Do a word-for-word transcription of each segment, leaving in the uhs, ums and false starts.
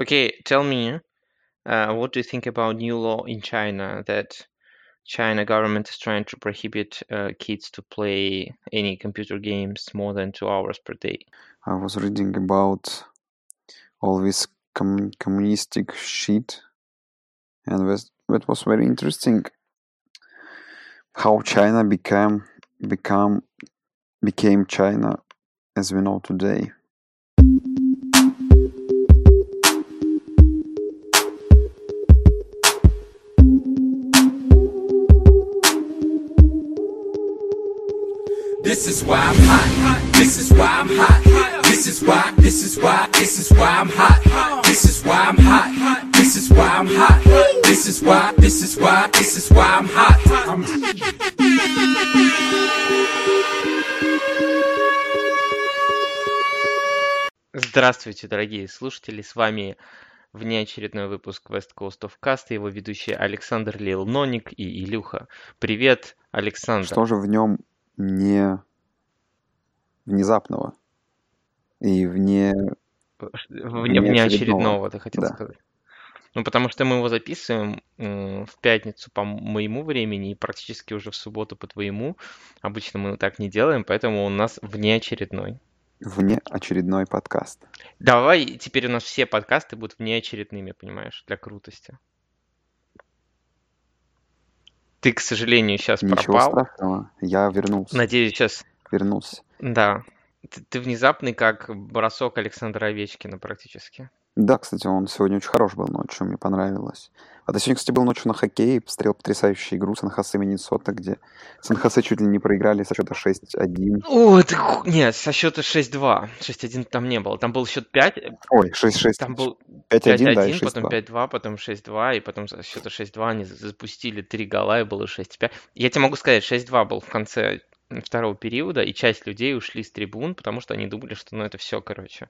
Okay, tell me, uh, what do you think about new law in China that China government is trying to prohibit uh, kids to play any computer games more than two hours per day? I was reading about all this com- communistic shit, and that, that was very interesting. How China became become became China as we know today. This is why I'm hot. This is why I'm hot. This is why. This is why. This is why I'm hot. This is why I'm hot. This is why I'm hot. This is why. This is why. This is why I'm hot. I'm... Здравствуйте, дорогие слушатели, с вами внеочередной выпуск West Coast of Cast, и его ведущие Александр Лилноник и Илюха. Привет, Александр. Что же в нем не внезапного и вне... Вне, внеочередного, ты хотел да. сказать. Ну, потому что мы его записываем э, в пятницу по моему времени и практически уже в субботу по твоему. Обычно мы так не делаем, поэтому у нас внеочередной. Внеочередной подкаст. Давай, теперь у нас все подкасты будут внеочередными, понимаешь, для крутости. Ты, к сожалению, сейчас Ничего пропал. Ничего страшного, я вернулся. Надеюсь, сейчас... Вернулся. Да. Ты, ты внезапный, как бросок Александра Овечкина практически. Да, кстати, он сегодня очень хорош был ночью, мне понравилось. А ты сегодня, кстати, был ночью на хоккее, посмотрел потрясающую игру Сан-Хосе Миннесота, где Сан-Хосе чуть ли не проиграли со счета шесть один. О, это... Нет, со счета шесть два. шесть один там не было. Там был счет пять. Ой, шесть шесть. Там был пять один, да, и шесть один, потом пять два, потом шесть два, и потом со счета шесть два они запустили три гола, и было шесть пять. Я тебе могу сказать, шесть два был в конце второго периода, и часть людей ушли с трибун, потому что они думали, что ну это все, короче,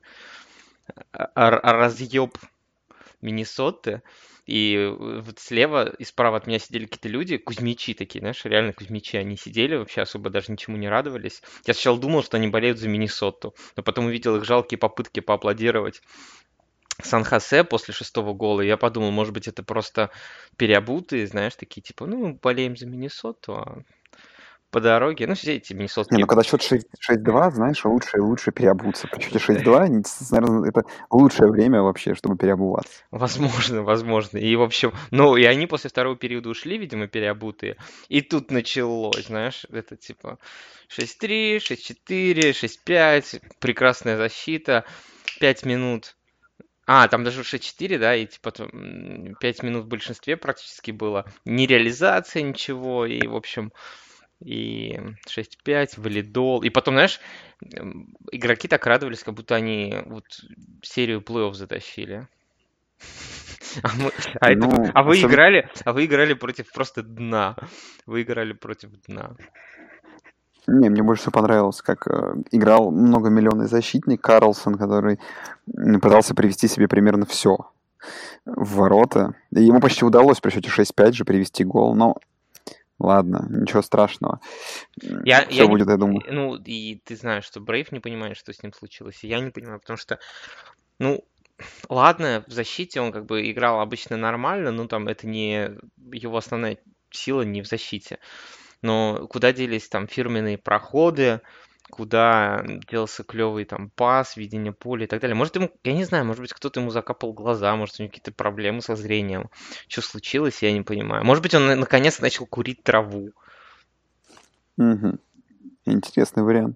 разъеб Миннесоты. И вот слева и справа от меня сидели какие-то люди, кузьмичи такие, знаешь, реально кузьмичи. Они сидели вообще особо даже ничему не радовались. Я сначала думал, что они болеют за Миннесоту, но потом увидел их жалкие попытки поаплодировать Сан-Хосе после шестого гола. И я подумал, может быть, это просто переобутые, знаешь, такие типа, ну, болеем за Миннесоту, а по дороге, ну, все эти миннесотские... Не, ну когда счет шесть два, знаешь, лучше, лучше переобуться. При счете шесть два, наверное, это лучшее время вообще, чтобы переобуваться. Возможно, возможно. И, в общем, ну, и они после второго периода ушли, видимо, переобутые. И тут началось, знаешь, это типа шесть три, шесть четыре, шесть пять, прекрасная защита, пять минут. А, там даже шесть четыре, да, и типа пять минут в большинстве практически было. Не реализация ничего, и, в общем... И шесть пять, валидол. И потом, знаешь, игроки так радовались, как будто они вот серию плей-офф затащили. А, мы, а, ну, это, а, вы особенно... играли, а вы играли против просто дна. Вы играли против дна. Не, мне больше всего понравилось, как э, играл многомиллионный защитник Карлсон, который пытался привести себе примерно все в ворота. И ему почти удалось при счете шесть пять же привести гол, но ладно, ничего страшного. Я, Все я будет, не, я думаю. Ну, и ты знаешь, что Брейв не понимает, что с ним случилось. И я не понимаю, потому что, ну, ладно, в защите он как бы играл обычно нормально, но там это не его основная сила не в защите. Но куда делись там фирменные проходы, куда делался клевый там пас, видение поля и так далее. Может, ему, я не знаю, может быть, кто-то ему закапал глаза, может, у него какие-то проблемы со зрением. Что случилось, я не понимаю. Может быть, он наконец начал курить траву. Угу. Интересный вариант.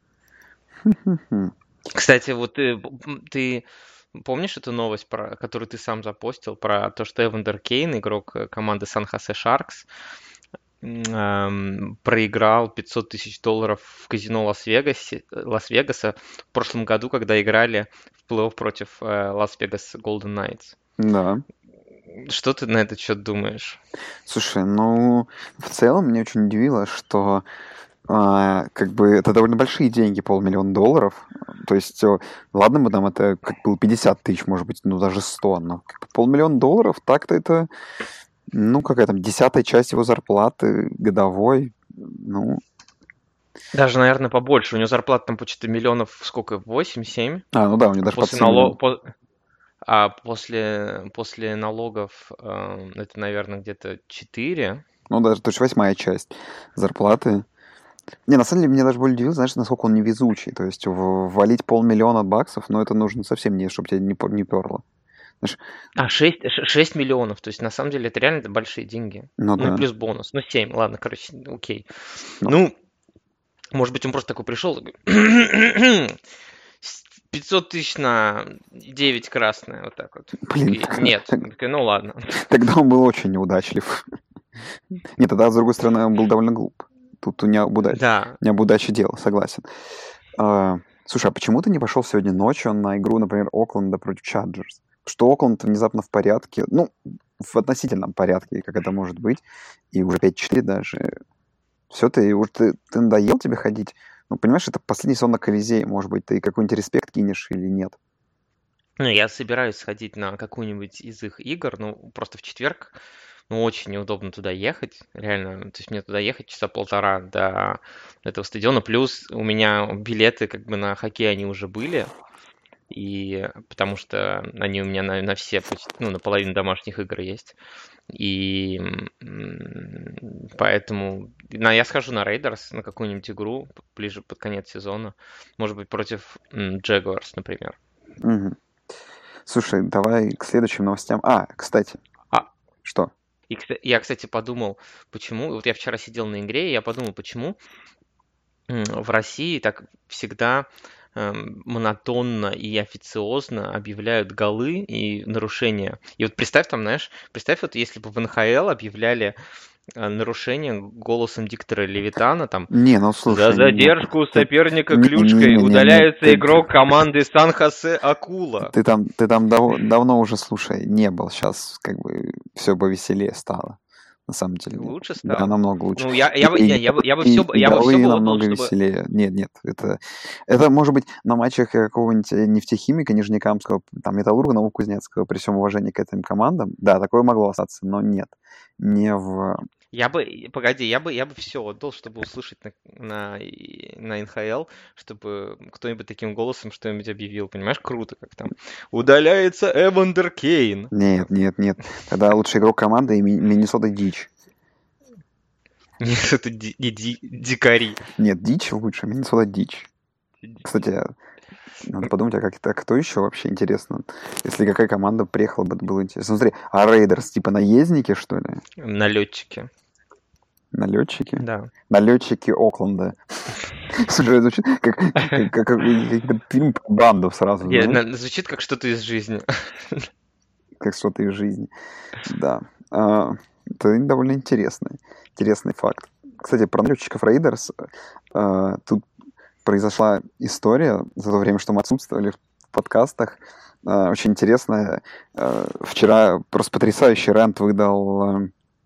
Кстати, вот ты, ты помнишь эту новость, про, которую ты сам запостил, про то, что Эвандер Кейн, игрок команды Сан-Хосе Шаркс, эм, проиграл пятьсот тысяч долларов в казино Лас-Вегасе, Лас-Вегаса в прошлом году, когда играли в плей-офф против э, Лас-Вегас Голден Найтс. Да. Что ты на этот счет думаешь? Слушай, ну, в целом меня очень удивило, что а, как бы это довольно большие деньги, полмиллиона долларов. То есть, ладно бы там это как было пятьдесят тысяч, может быть, ну даже сто, но как бы полмиллиона долларов, так-то это, ну, какая там, десятая часть его зарплаты годовой, ну... Даже, наверное, побольше. У него зарплата там почти миллионов, сколько, восемь-семь? А, ну да, у него даже после под семь налог... по... А после, после налогов э, это, наверное, где-то четыре. Ну, даже, то есть восьмая часть зарплаты. Не, на самом деле, меня даже более удивило, знаешь, насколько он невезучий. То есть в- валить полмиллиона баксов, но это нужно совсем не, чтобы тебя не, по- не перло. Знаешь, А, шесть шесть миллионов. То есть, на самом деле, это реально большие деньги. ну Ну и да. плюс бонус. Ну, семь, ладно, короче, окей. Ну, Ну, может быть, он просто такой пришел, такой, пятьсот тысяч на девять красное, вот так вот. блин, Такие, нет. Я такой, ну ладно. тогда он был очень неудачлив. Нет, тогда, с другой стороны, он был довольно глуп. Тут у не об удаче, Да. не об удаче дело, согласен. А, слушай, а почему ты не пошел сегодня ночью на игру, например, Окленда против Чарджерс? Что Окленд внезапно в порядке, ну, в относительном порядке, как это может быть, и уже пять-четыре даже. Все, ты уже ты, ты надоел тебе ходить? Ну, понимаешь, это последний сон на Колизее, может быть, ты какой-нибудь респект кинешь или нет? Ну, я собираюсь сходить на какую-нибудь из их игр, ну, просто в четверг. Ну, очень неудобно туда ехать, реально. То есть мне туда ехать часа полтора до этого стадиона. Плюс у меня билеты как бы на хоккей, они уже были. И потому что они у меня на, на все, почти, ну, на половину домашних игр есть. И м, поэтому на, я схожу на Рейдерс, на какую-нибудь игру ближе под конец сезона. Может быть, против Джегуарс, например. Мгм. Слушай, давай к следующим новостям. А, кстати, А, что? и кста- я, кстати, подумал, почему... Вот я вчера сидел на игре, и я подумал, почему м, в России так всегда эм, монотонно и официозно объявляют голы и нарушения. И вот представь там, знаешь, представь вот если бы в эн ха эл объявляли э, нарушение голосом диктора Левитана, там, Не, ну за слушай, нет. задержку Ты, соперника не, не, клюшкой не, не, нет, удаляется ты, игрок команды Сан-Хосе Акула. ты там, ты там дав- давно уже, слушай, не был. Сейчас как бы все повеселее стало. На самом деле нет. Лучше Да, стало? намного лучше. Ну, я, И, я бы, и, не, я бы, я бы и, все, и я бы все голы бы отдал, намного чтобы... веселее. Нет, нет, это, это может быть на матчах какого-нибудь э, нефтехимика Нижнекамского, там, Металлурга, Новокузнецкого, при всем уважении к этим командам. Да, такое могло остаться, но нет. Не в... Я бы, погоди, я бы, я бы все отдал, чтобы услышать на, на, и- на эн ха эл, чтобы кто-нибудь таким голосом что-нибудь объявил, понимаешь, круто, как там. Удаляется Эвандер Кейн. Нет, нет, нет. Тогда лучший игрок команды и Ми- Миннесота Дичь. Нет, это ди- не ди- дикари. Нет, Дичь лучше, Миннесота Дичь. Кстати, надо подумать, а как это, кто еще вообще интересно? Если какая команда приехала бы, это было интересно. Смотри, а Рейдерс типа наездники, что ли? Налетчики. Налетчики? Да. Налетчики Окленда. Слушай, это звучит как, как, как, как какой-то фильм про банду сразу, Не, знаешь? на- звучит как что-то из жизни. Как что-то из жизни. Да. А, это довольно интересный, интересный факт. Кстати, про налетчиков Рейдерс. а, Тут произошла история за то время, что мы отсутствовали в подкастах. А, Очень интересная. А, Вчера просто потрясающий рент выдал а,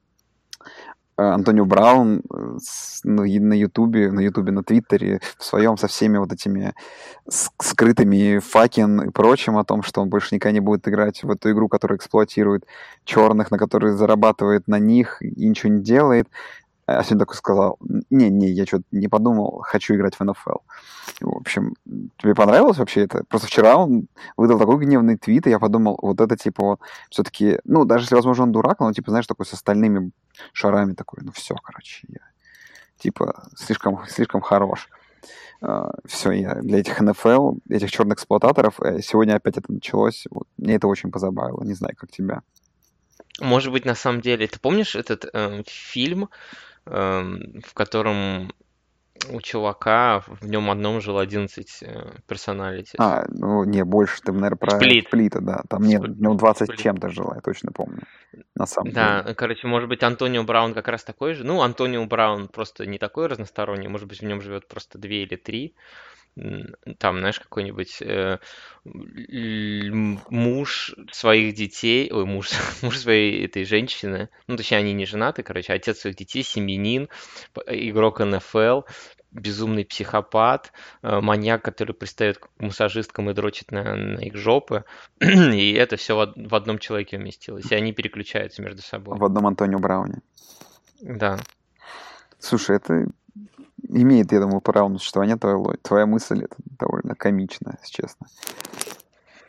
а, Антонио Браун э, с- на Ю- на Ютубе, на Ютубе, на Твиттере, в своем со всеми вот этими с- скрытыми факен и прочим о том, что он больше никогда не будет играть в эту игру, которая эксплуатирует черных, на которые зарабатывает на них и ничего не делает. А сегодня такой сказал, не-не, я что-то не подумал, хочу играть в эн эф эл. В общем, тебе понравилось вообще это? Просто вчера он выдал такой гневный твит, и я подумал, вот это типа вот все-таки, ну, даже если, возможно, он дурак, но, типа, знаешь, такой с остальными шарами такой, ну, все, короче, я, типа, слишком, слишком хорош. Все, я для этих эн эф эл, этих черных эксплуататоров, э, сегодня опять это началось, вот, мне это очень позабавило, не знаю, как тебя. Может быть, на самом деле, ты помнишь этот эм, фильм, эм, в котором у чувака в нем одном жило одиннадцать персоналитис? А, ну, не, больше, ты, наверное, про Сплит. Сплита, да, там нет, Сп- ну, двадцать с Сплит. чем-то жила, я точно помню, на самом деле. Да, короче, может быть, Антонио Браун как раз такой же. Ну, Антонио Браун просто не такой разносторонний, может быть, в нем живет просто две или три. М, Там, знаешь, какой-нибудь э, л- муж своих детей, ой, муж, муж своей этой женщины, ну, точнее, они не женаты, короче, отец своих детей, семьянин, п- игрок эн эф эл, безумный психопат, э, маньяк, который пристает к массажисткам и дрочит на, на их жопы, и это все в, од- в одном человеке уместилось, и они переключаются между собой. В одном Антонио Брауне. Да. Слушай, это имеет, я думаю, право на существование, твоя, ло- твоя мысль, это довольно комично, если честно.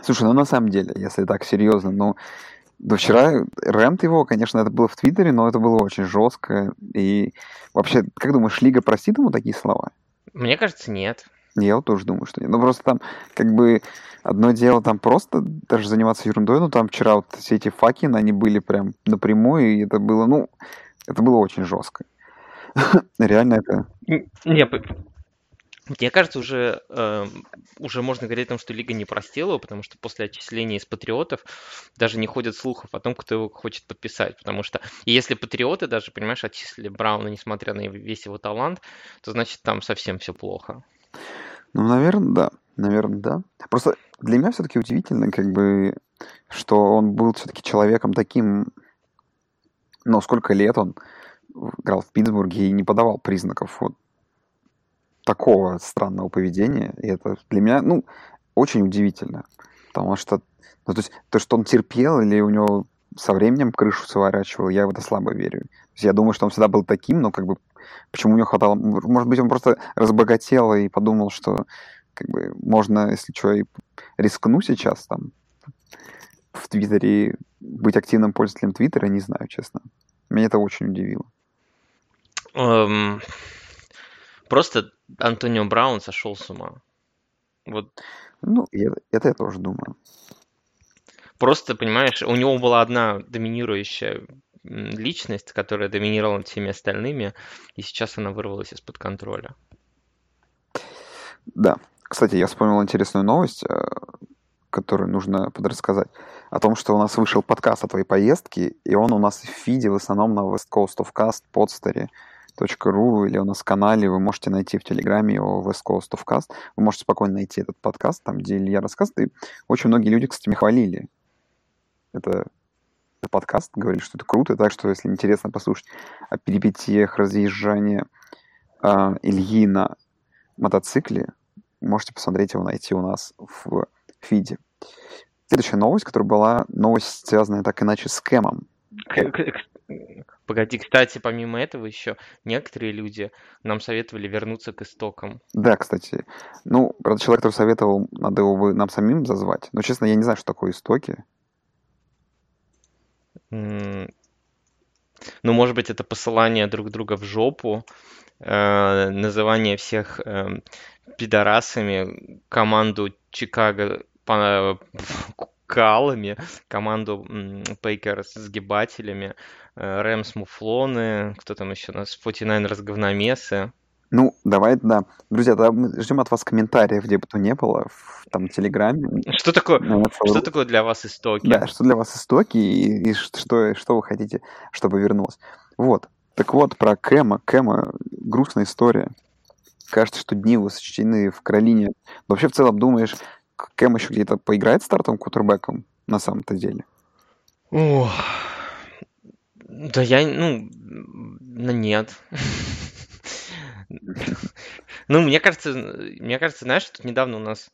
Слушай, ну на самом деле, если так серьезно, ну, до вчера рент его, конечно, это было в Твиттере, но это было очень жестко. И вообще, как думаешь, Лига простит ему такие слова? Мне кажется, нет. Я вот тоже думаю, что нет. Ну, просто там, как бы, одно дело там просто даже заниматься ерундой, но там вчера вот все эти факины, они были прям напрямую, и это было, ну, это было очень жестко. Реально это... Н- Не, п- мне кажется, уже, э, уже можно говорить о том, что Лига не простила его, потому что после отчисления из Патриотов даже не ходят слухов о том, кто его хочет подписать. Потому что и если Патриоты даже, понимаешь, отчислили Брауна, несмотря на весь его талант, то значит там совсем все плохо. Ну, наверное, да. Наверное, да. Просто для меня все-таки удивительно, как бы, что он был все-таки человеком таким, ну, сколько лет он играл в Питтсбурге и не подавал признаков вот такого странного поведения. И это для меня, ну, очень удивительно. Потому что, ну, то есть, то, что он терпел или у него со временем крышу сворачивал, я в это слабо верю. То есть я думаю, что он всегда был таким, но как бы почему у него хватало... Может быть, он просто разбогател и подумал, что как бы можно, если что, и рискну сейчас там в Твиттере, быть активным пользователем Твиттера, не знаю, честно. Меня это очень удивило. Эм, Просто Антонио Браун сошел с ума. Вот Ну, и это, это я тоже думаю. просто, понимаешь, у него была одна доминирующая м, личность, которая доминировала над всеми остальными, и сейчас она вырвалась из-под контроля. Да. Кстати, я вспомнил интересную новость, э, которую нужно подрассказать. О том, что у нас вышел подкаст о твоей поездке, и он у нас в фиде в основном на West Coast of Cast, podster точка ру, или у нас в канале, вы можете найти в Телеграме о West Coast of Cast. Вы можете спокойно найти этот подкаст, там, где Илья рассказывает. И очень многие люди, кстати, меня хвалили. Это это подкаст, говорили, что это круто, так что, если интересно послушать о перипетиях разъезжания а, Ильи на мотоцикле, можете посмотреть его, найти у нас в фиде. Следующая новость, которая была, новость, связанная так иначе с Кэмом. К- к- к- Погоди, кстати, помимо этого еще некоторые люди нам советовали вернуться к истокам. Да, кстати. Ну, правда, человек, который советовал, надо его бы нам самим зазвать. Но, честно, я не знаю, что такое истоки. М, Ну, может быть, это посылание друг друга в жопу, э, называние всех эм, пидорасами, команду Чикаго по- калами, команду м, Пейкерс сгибателями, э, Рэмс муфлоны, кто там еще у нас, форти найнерс говномесы. Ну, давай, да. Друзья, да, мы ждем от вас комментариев, где бы то ни было, в там Телеграме, Что такое, на что Инфо.ру. такое для вас истоки? Да, что для вас истоки и, и ш- что, что вы хотите, чтобы вернулось. Вот. Так вот, про Кэма. Кэма грустная история. Кажется, что дни его сочтены в Каролине. Но вообще, в целом, думаешь, К- Кэм еще где-то поиграет стартовым квотербеком на самом-то деле? Ох, да я, ну, ну нет. Ну, мне кажется, мне кажется, знаешь, тут недавно у нас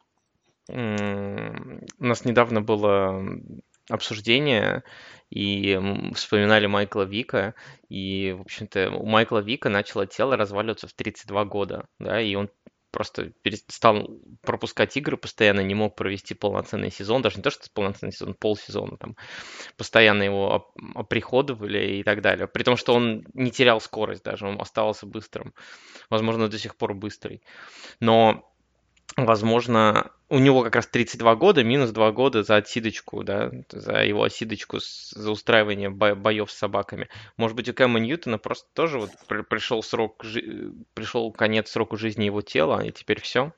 м, у нас недавно было обсуждение, и м, вспоминали Майкла Вика, и, в общем-то, у Майкла Вика начало тело разваливаться в тридцать два года, да, и он просто перестал пропускать игры постоянно, не мог провести полноценный сезон, даже не то, что полноценный сезон, полсезона, там, постоянно его оп- оприходовали и так далее. При том, что он не терял скорость даже, он оставался быстрым. Возможно, до сих пор быстрый. Но, возможно, у него как раз тридцать два года, минус два года за отсидочку, да, за его отсидочку, с- за устраивание бо- боев с собаками. Может быть, у Кэма Ньютона просто тоже вот при- пришел срок, жи- пришел конец сроку жизни его тела, и теперь все.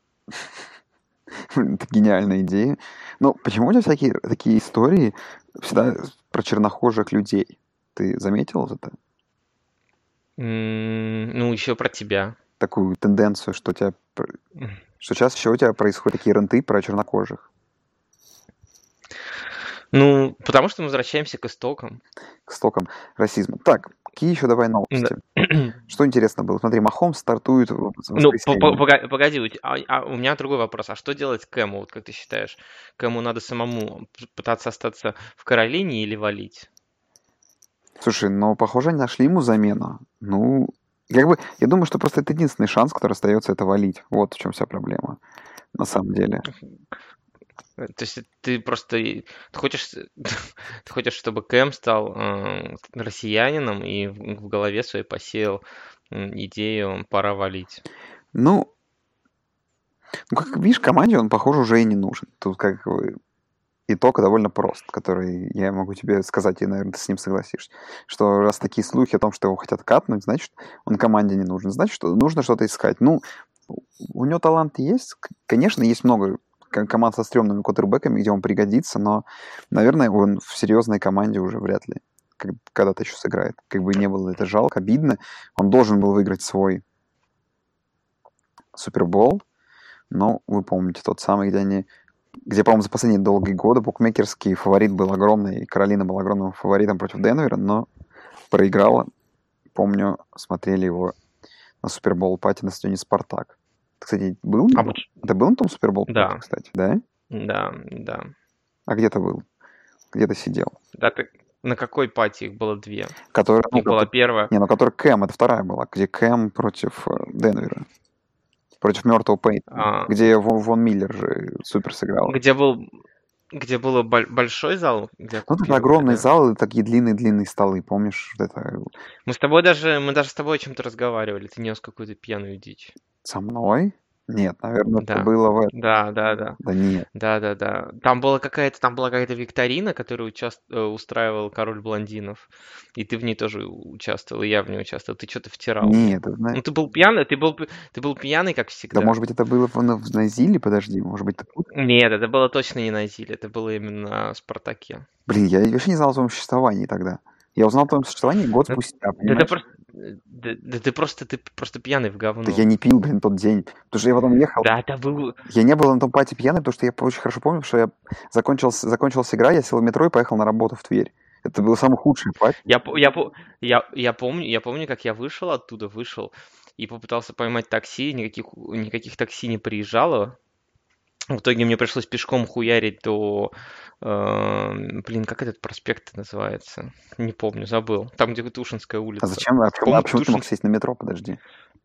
Это гениальная идея. Но почему у тебя всякие такие истории всегда про чернохожих людей? Ты заметил это? Ну, еще про тебя. Такую тенденцию, что у тебя, пр- что сейчас еще у тебя происходят такие ренты про чернокожих. Ну, потому что мы возвращаемся к истокам. К стокам расизма. Так, какие еще давай Да. новости? Что интересно было? Смотри, Махом стартует в в Ну, по- воскресенье. по- пога- погоди, у те- а, а у меня другой вопрос. А что делать Кэму, вот как ты считаешь? Кэму надо самому п- пытаться остаться в Каролине или валить? Слушай, ну, похоже, они нашли ему замену. Ну, как бы, я думаю, что просто это единственный шанс, который остается, это валить. Вот в чем вся проблема, на самом деле. Э, То есть ты просто и- ты хочешь, ты хочешь, чтобы Кэм стал э, россиянином и в, в голове своей посеял м, идею «пора валить». Ну, ну, как видишь, команде он, похоже, уже и не нужен. Тут как бы итог довольно прост, который я могу тебе сказать, и, наверное, ты с ним согласишься. Что раз такие слухи о том, что его хотят катнуть, значит, он команде не нужен. Значит, что нужно что-то искать. Ну, у него талант есть. К- Конечно, есть много ко- команд со стрёмными квотербеками, где он пригодится, но, наверное, он в серьезной команде уже вряд ли как- когда-то еще сыграет. Как бы не было это жалко, обидно. Он должен был выиграть свой Супербол, но вы помните тот самый, где они где, по-моему, за последние долгие годы букмекерский фаворит был огромный, и Каролина была огромным фаворитом против Денвера, но проиграла. Помню, смотрели его на Супербол пати на стадионе «Спартак». Ты, кстати, был на А том? вот, Ты был на том Супербол пати, да, кстати, да? да, да. А где ты был? Где ты сидел? Да, ты, на какой пати их было две? Который, ну, Их была который, первая. не, ну, который Кэм, это вторая была, где Кэм против э, Денвера, против мертвого Пейтона, а, где Вон, Вон Миллер же супер сыграл. где был, где был бол- большой зал, где Ну, тут оккупировали, огромный да? зал и такие длинные-длинные столы, помнишь? Вот это Мы с тобой даже, мы даже с тобой о чем-то разговаривали. Ты нес какую-то пьяную дичь. со мной? Нет, наверное, это Да, было в этом. да, да, да. Да нет. Да, да, да. Там была какая-то, там была какая-то викторина, которую участ- э, устраивал король блондинов. И ты в ней тоже участвовал, и я в ней участвовал. Ты что-то втирал мне. Нет, это зна- Ну, ты был пьяный, ты был, п- ты был пьяный, как Да, всегда. может быть, это было в, на, в Назиле? Подожди, может быть, ты путаешь? Нет, это было точно не на Зиле, это было именно на Спартаке. Блин, я вообще не знал о твоем существовании тогда. Я узнал о твоем существовании год Ну, спустя, Да ты понимаешь? просто, э, да, да ты просто, ты просто пьяный в Да я говно. не пил, блин, тот день. Потому что я потом ехал. Да, это был... Я не был на том пати пьяный, потому что я очень хорошо помню, что я закончилась, закончилась игра, я сел в метро и поехал на работу в Тверь. Это был самый худший пати. Я, по- я, по- я, я помню, я помню, как я вышел оттуда, вышел и попытался поймать такси, никаких, никаких такси не приезжало. В итоге мне пришлось пешком хуярить до... э, блин, как этот проспект называется? Не помню, забыл. Там, где Тушинская А улица. зачем? А почему, а Помню, почему ты мог Тушин... сесть на метро? Подожди.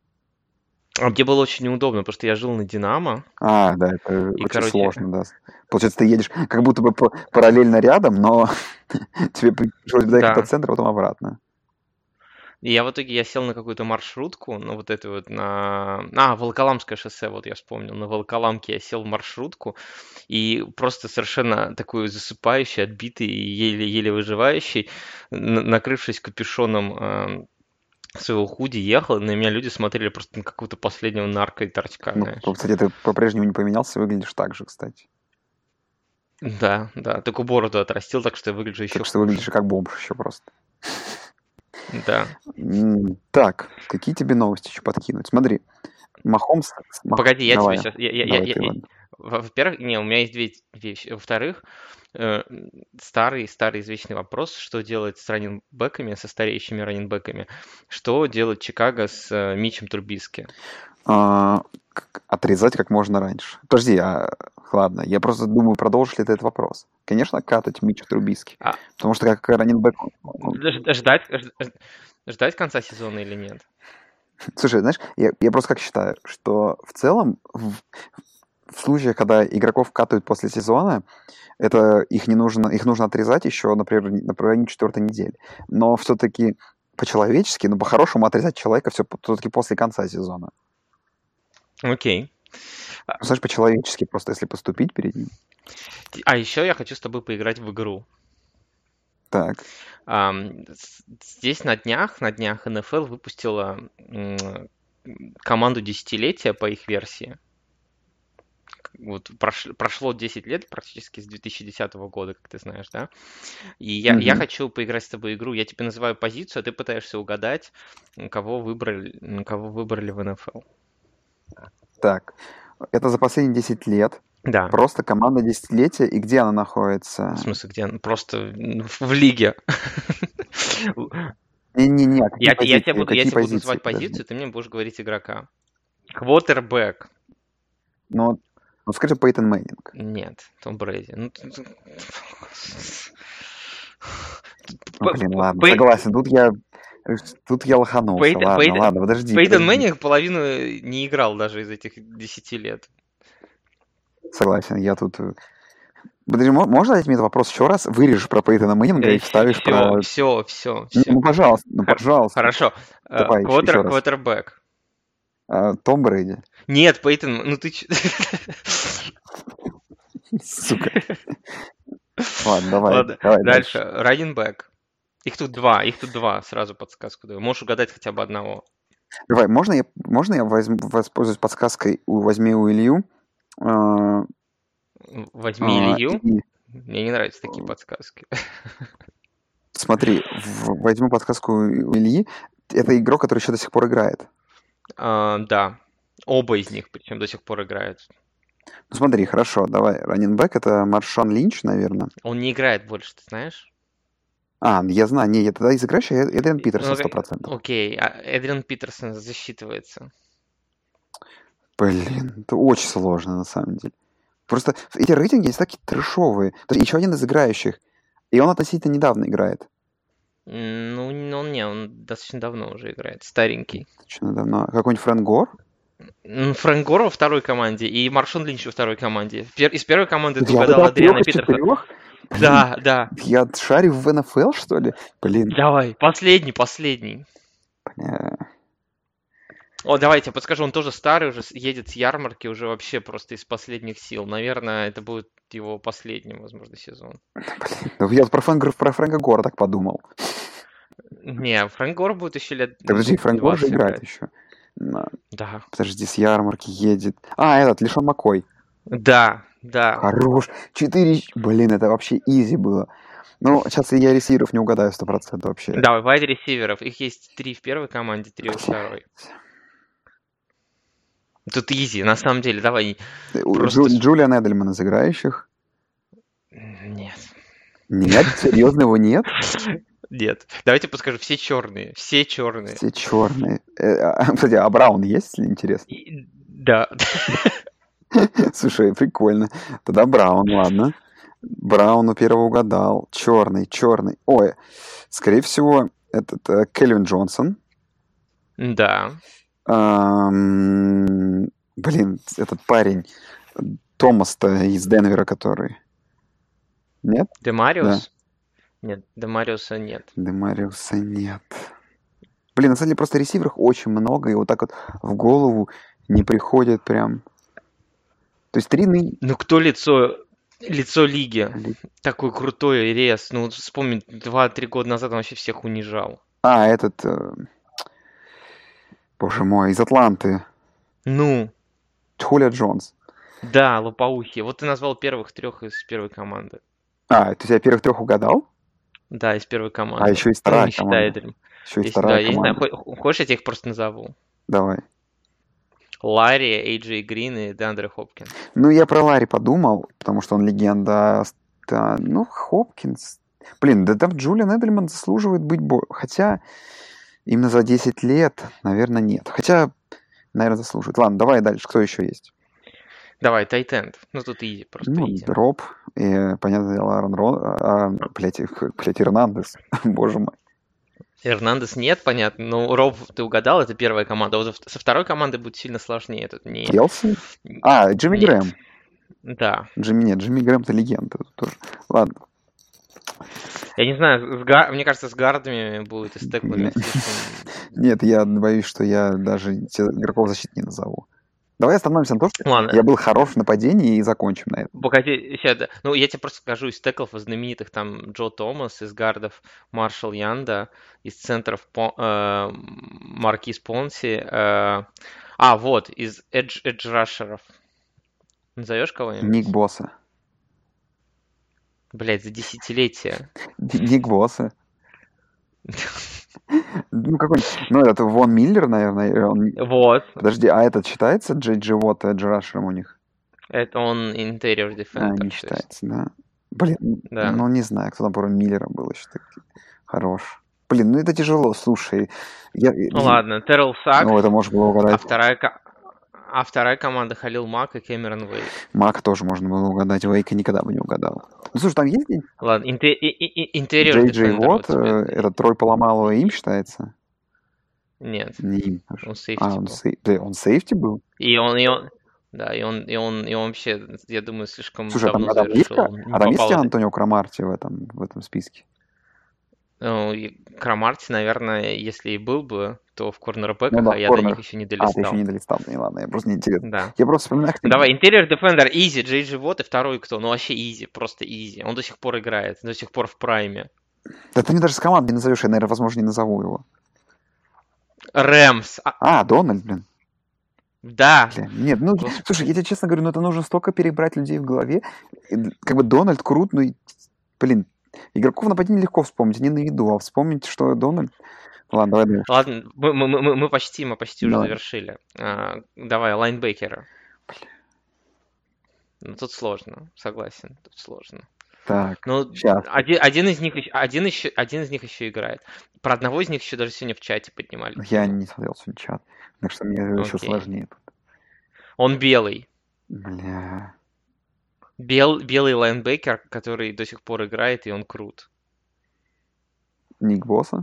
А где было очень неудобно, потому что я жил на Динамо, А, да, это и, очень короче, сложно, да. Получается, ты едешь как будто бы по- параллельно рядом, но тебе пришлось доехать до да. центра, потом обратно. И я в итоге я сел на какую-то маршрутку, на вот эту вот, на... А, Волоколамское шоссе, вот я вспомнил. На Волоколамке я сел в маршрутку, и просто совершенно такой засыпающий, отбитый и еле-еле выживающий, н- накрывшись капюшоном э, своего худи, ехал, и на меня люди смотрели просто на какого-то последнего нарко и торчка, Ну, знаешь. кстати, ты по-прежнему не поменялся, выглядишь так же, кстати. Да, да, только бороду отрастил, так что я выгляжу еще Так что хуже. выглядишь как бомж еще просто. Да. М, Так, какие тебе новости еще подкинуть? Смотри, Махомс... Мах- Погоди, я тебе Давай, сейчас... Я, я, я, давай я- ты, я- ладно. во- Во-первых, не, у меня есть две вещи. Во-вторых, э, старый, старый извечный вопрос, что делать с раннинбэками, со стареющими раннинбэками, что делать Чикаго с э, Митчем Трубиски? А, к- Отрезать как можно раньше. Подожди, а, ладно, я просто думаю, продолжишь ли ты этот вопрос. Конечно, катать Митча Трубиски. А, Потому что как раннинбэк... он- ж- ждать, ж- ж- ждать конца сезона или нет? Слушай, знаешь, я, я просто как считаю, что в целом в, в случаях, когда игроков катают после сезона, это их не нужно, их нужно отрезать еще, например, на районе четвертой недели. Но все-таки по-человечески, ну, по-хорошему отрезать человека все-таки после конца сезона. Окей. Ну, знаешь, по-человечески просто, если поступить перед ним. А еще я хочу с тобой поиграть в игру. Так, Ам, с- Здесь на днях, на днях эн эф эл выпустила м, команду десятилетия по их версии. Вот прош- прошло десять лет практически с две тысячи десятого года, как ты знаешь, да? И я, я мгм. хочу поиграть с тобой игру. Я тебе называю позицию, а ты пытаешься угадать, м, кого выбрали, м, кого выбрали в эн эф эл. Так, это за последние десять лет. Да. Просто команда десятилетия. И где она В находится? смысле, где? Ну, просто м, в, в лиге. Не-не-не, а какие Я, те- я тебе позиции? буду, я Какие тебе буду позиции? называть Подожди. позицию, ты мне будешь говорить игрока. Квотербек. Ну, ну скажи Пейтон Мэннинг. Нет, Том Брэди. Ну, т- т- Ну, П- блин, п- ладно, Пей- согласен. Тут я, тут я лоханулся. Пейт- Ладно, Пейт- ладно, подожди, Пейтон подожди. Мэннинг половину не играл даже из этих десяти лет. Согласен, я тут... э, Подожди, мо- можно задать мне этот вопрос еще раз? Вырежешь про Пейтона Мэннинга и вставишь Все, про... все, все, Ну, все. ну, пожалуйста, ну, пожалуйста. Хорошо. Э, Давай еще, Квотер, еще раз. квотербэк. А, Том Брэди. Нет, Пейтон, ну ты ч- Сука. Ладно, давай. Ладно, Давай дальше. дальше. Раннинбэк. Их тут два, их тут два, сразу подсказку даю. Можешь угадать хотя бы одного. Давай, можно я, можно я возьму, воспользуюсь подсказкой, у, возьми у Илью? а, Возьми а, Илью. и Мне не нравятся такие подсказки. смотри, в- возьму подсказку у Ильи. Это игрок, который еще до сих пор играет. А, Да, оба из них, причем до сих пор играют. Ну смотри, хорошо, давай. Раннинбэк это Маршан Линч, наверное. Он не играет больше, ты знаешь? А, я знаю, не, я тогда из играющих Эдриан Питерсон Ну, сто процентов. окей, а Эдриан Питерсон засчитывается. Блин, это очень сложно на самом деле. Просто эти рейтинги есть такие трешовые. То есть еще один из играющих. И он относительно недавно играет. М, Ну, н- он не, он достаточно давно уже играет, старенький. Очень давно. Какой-нибудь Фрэнк Гор? М, Фрэнк Гор во второй команде и Маршон Линч во второй команде. Пер- Из первой команды ты Я угадал угадал трех Адриана из Питерсона. четырех? Да, да. Я шарю в эн эф эл, что ли? Блин. Давай, последний, последний. Бля. О, давайте, я подскажу, он тоже старый, уже с- едет с ярмарки, уже вообще просто из последних сил. Наверное, это будет его последний, возможно, сезон. Ну, я про Фрэнка, про Фрэнка Гора так подумал. Не, Фрэнк Гор будет еще лет Так, подожди, Фрэнк Гор же двадцать играет играть. еще. На- Да. Подожди, с ярмарки едет. А, этот, Лишон Маккой. Да, да. Хорош. Четыре... Блин, это вообще изи было. Ну, сейчас я ресиверов не угадаю сто процентов вообще. Да, вайд ресиверов. Их есть три в первой команде, три во второй. Тут изи, на самом деле, давай. У Просто Джу- с- Джулиан Эдельман из играющих. Нет. Нет, серьезно, его нет? Нет. Давайте подскажу, все черные. Все черные. Все черные. Э, а, Кстати, а Браун есть, если интересно? И- Да. Слушай, прикольно. Тогда Браун, ладно. Браун у первого угадал. Черный, черный. Ой, скорее всего, этот э, Кельвин Джонсон. Да. Ам, Блин, этот парень Томас-то из Денвера, который. Нет? Демариус? Нет, Демариуса нет. Демариуса нет. Блин, на самом деле просто ресиверов очень много, и вот так вот в голову не приходит прям. То есть три ны... Ну кто лицо, лицо лиги? ли- Такой крутой рез. Ну вот вспомни, два-три года назад он вообще всех унижал. А, этот... э, Боже мой, из Атланты. Ну, Хулио Джонс. да, лопоухий. Вот ты назвал первых трех из первой команды. А, ты я первых трех угадал? Да, из первой А команды. еще и Ну, вторая не считая команда. Эдрим. Еще и Если- да, вторая я не знаю, команда. хо- хочешь, я тебе их просто назову? Давай. Ларри, Эй Джей Грин и Деандре Хопкинс. Ну, я про Ларри подумал, потому что он легенда. Да, ну, Хопкинс. Блин, да там Джулиан Эдельман заслуживает быть... бо- Хотя именно за десять лет, наверное, нет. Хотя, наверное, заслуживает. Ладно, давай дальше. Кто еще есть? Давай, тайтенд. Ну тут изи, просто Ну, изи. Дроп. И, понятное дело, Аарон Рон... А, блядь, их- блядь, Эрнандес. Боже мой. Эрнандес нет, понятно. Но Роб, ты угадал, это первая команда. Вот со второй командой будет сильно сложнее. Тут не... Келси? А, Джимми Нет. Грэм. Да. Джимми, нет, Джимми Грэм-то легенда тут тоже. Ладно. Я не знаю, с га- мне кажется, с гардами будет и с теклами Не. слишком... Нет, я боюсь, что я даже те игроков защиты не назову. Давай остановимся на том, что Ладно, я был хорош в нападении и закончим на этом. погоди, ща, да. Ну, я тебе просто скажу из теклов знаменитых, там Джо Томас, из гардов Маршал Янда, из центров По- э, Маркис Понси. э, А, вот, из эдж, эдж-рашеров. Назовешь кого-нибудь? Ник Босса. Блять, за десятилетия. Ди- Ник Босса. Ну, какой-нибудь... Ну, это Вон Миллер, наверное. он- Вот, Подожди, а этот считается Джей Джи Уотт Эдж Рашером у них? это он interior А, defender. то не есть. считается, да. Блин, Да. ну не знаю, кто там про Миллера был еще так хорош. Блин, ну это тяжело, слушай. Я... Ну ладно, Террell Сакс, Ну, это можно было а угадать. вторая, ко- а вторая команда Халил Мак и Кэмерон Вейк. Мак тоже можно было угадать, Вейка никогда бы не угадал. Ну, слушай, там есть Ладно, инте- и- и- и- interior Джей Джей defender. Уотт, вот тебе. э, это Трой Поломалова им считается? Нет, Не им. он сейфти А, он, был. сей- да, он сейфти был? И он, и он, Да, и он, и он, и он вообще, я думаю, слишком Слушай, а там, давно а там есть, завершил. Ка- Он а не там есть попал в это. Антонио Крамарти в этом, в этом списке? Ну, и Крамарти, наверное, если и был бы, то в Ну корнербэках, да, а в я до них корнерах. еще не А, ты еще долистал. не долистал, да не ладно, я просто не интересно. Да. Я просто вспоминаю, Ну, как давай, Interior Defender, Изи, Джей Джи Вот, и второй кто? Ну, вообще Изи, просто Изи. Он до сих пор играет, до сих пор в прайме. Да ты мне даже с командой не назовешь, я, наверное, возможно, не назову его. Рэмс. А, А, Дональд, блин. да, Бля, нет, ну, господи. слушай, я тебе честно говорю, ну это нужно столько перебрать людей в голове. И, д- как бы Дональд крут, ну, и, блин, игроков нападения легко вспомнить, они на виду, а вспомнить, что Дональд... Ладно, давай дальше. Ладно, мы, мы, мы, мы почти, мы почти уже Давай. завершили. А, давай, лайнбекера. Ну, тут сложно, согласен, тут сложно. Так, Ну, сейчас. один, один из них, еще- один, еще, один из них еще играет. Про одного из них еще даже сегодня в чате поднимали Я тему. не смотрел сегодня чат, так что мне еще Окей. сложнее тут. Он белый. Бля. Бел, белый лайнбекер, который до сих пор играет, и он крут. Ник Босса?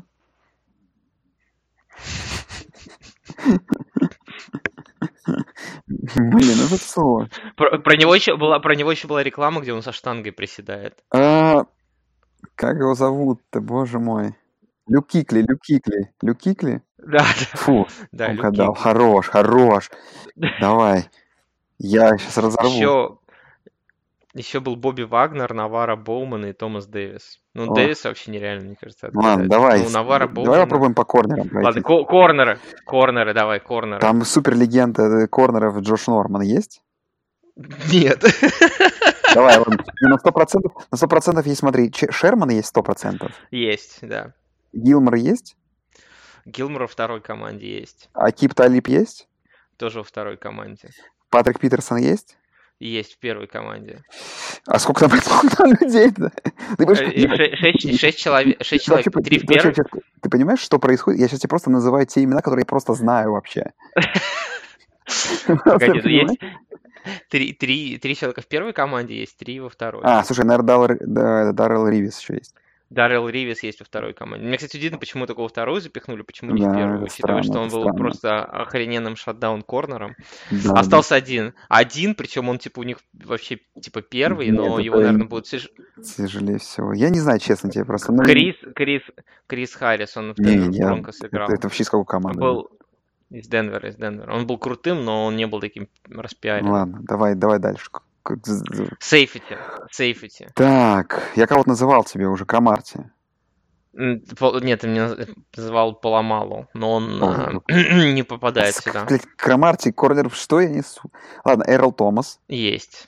Блин, это сложно. Про, про него еще была, про него еще была реклама, где он со штангой приседает. А, как его зовут-то, боже мой? Люк Кикли, Люк Кикли. Люк Кикли? Да, да, Фу, да, Люк угадал. Кикли. Хорош, хорош. Давай. Я сейчас разорву. Еще, еще был Бобби Вагнер, Навара Боуман и Томас Дэвис. Ну, О. Дэвис вообще нереально, мне кажется, Ну ладно, отгадать. давай. Ну, Навара Давай Боумана... попробуем по корнерам Ладно, пройти. ко- корнеры. Корнеры, давай, корнеры. Там суперлегенда корнеров Джош Норман есть? Нет. Давай, ладно. Ну, на сто процентов, на сто процентов есть, смотри, Че- Шерман есть сто процентов. Есть, да. Гилмор есть? Гилмор во второй команде есть. Акип Талиб есть? Тоже во второй команде. Патрик Питерсон есть? Есть в первой команде. А сколько там, сколько там людей-то? Ты, понимаешь, Э, и я- ше- Шесть шесть человек, шесть ты вообще человек, три в ты вообще первой. сейчас- ты понимаешь, что происходит? Я сейчас тебе просто называю те имена, которые я просто знаю вообще. Погоди, ну Понимаешь? есть три, три, три человека в первой команде, есть три во второй. А, слушай, наверное, Даррел- да, Даррел Ривис еще есть. Даррел Ривис есть во второй команде. Мне, кстати, удивительно, почему такого вторую запихнули, почему не в Да, первую, это учитывая, что странно, он это был странно. просто охрененным шатдаун-корнером. Да, да. Остался один. Один, причем он, типа, у них вообще, типа, первый, Нет, но это его, наверное, будет... слиш- Тяжелее всего. Я не знаю, честно тебе просто. ну, Крис, Крис, Крис Харрис, он в Не, Денвер я- Бронкос играл. Это, это вообще из какой Он команды? был из Денвера, из Денвера. Он был крутым, но он не был таким Ну распиаренным. ладно, давай, давай дальше. К- к- з- з- Сейфити, сейфити. Так, я кого-то называл тебе уже, Крамарти. М, Пол- Нет, ты меня наз- называл Поломалу, но он О, а, ну. не попадает С- сюда. Блядь, Крамарти, корнер, что я несу? Ладно, Эрл Томас, Есть.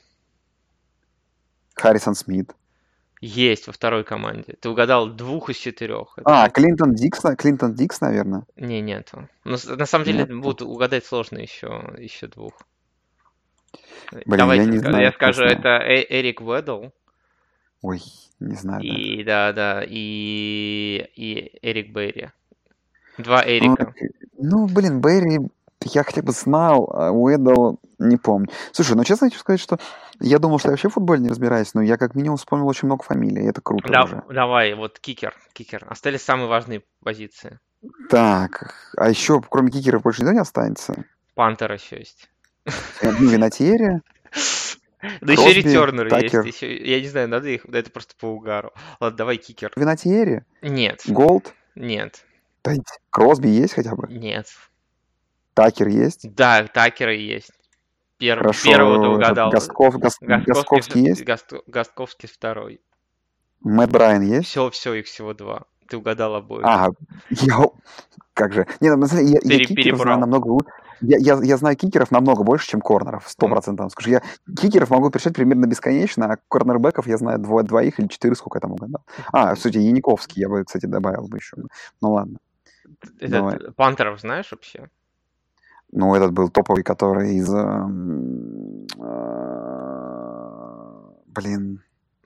Харрисон Смит. Есть во второй команде. Ты угадал двух из четырех. Это А, будет- Клинтон Дикс, на- Клинтон Дикс, наверное. Не, нету. Но с- на самом деле Нету. будет угадать сложно еще, еще двух. Блин, Давайте я не ска- знаю, я скажу, честно. это Э- Эрик Ведл Ой, не знаю. даже. и да, да, и, и Эрик Берри. Два Ну, Эрика. так, Ну, блин, Берри, я хотя бы знал, а Уэддл не помню. Слушай, ну честно хочу сказать, что я думал, что я вообще в футболе не разбираюсь, но я как минимум вспомнил очень много фамилий, и это круто Да, уже. давай, вот кикер, кикер. Остались самые важные позиции. Так, а еще кроме кикеров больше никто не останется? Пантер еще есть. Э, Ну, Винатьери, Да еще Кросби, ретернер Такер. есть. Еще, я не знаю, надо их, да это просто по угару. Ладно, давай кикер. Винатьери, Нет, Голд, нет, да, Кросби есть хотя бы? нет. Такер есть? Да, Такера есть. Пер- Хорошо, Первого ты этот угадал. Гастков, Гас- Гастковский, Гастковский есть? Гаст- Гастковский второй. Мэтт Брайан есть? Все, все, их всего два. Ты угадал обоих. Ага, я... Как же? Не, ну, на самом деле, я, я Пере- кикеров перебрал. знаю намного лучше. Я, я, я знаю кикеров намного больше, чем корнеров, сто процентов. Скажу, я кикеров могу перечислять примерно бесконечно, а корнербеков я знаю дво, двоих или четыре, сколько я там угадал. А, в сути, Яниковский я бы, кстати, добавил бы еще. Ну ладно. Этот, давай. Пантеров знаешь вообще? Ну, этот был топовый, который из... эм, э, Блин.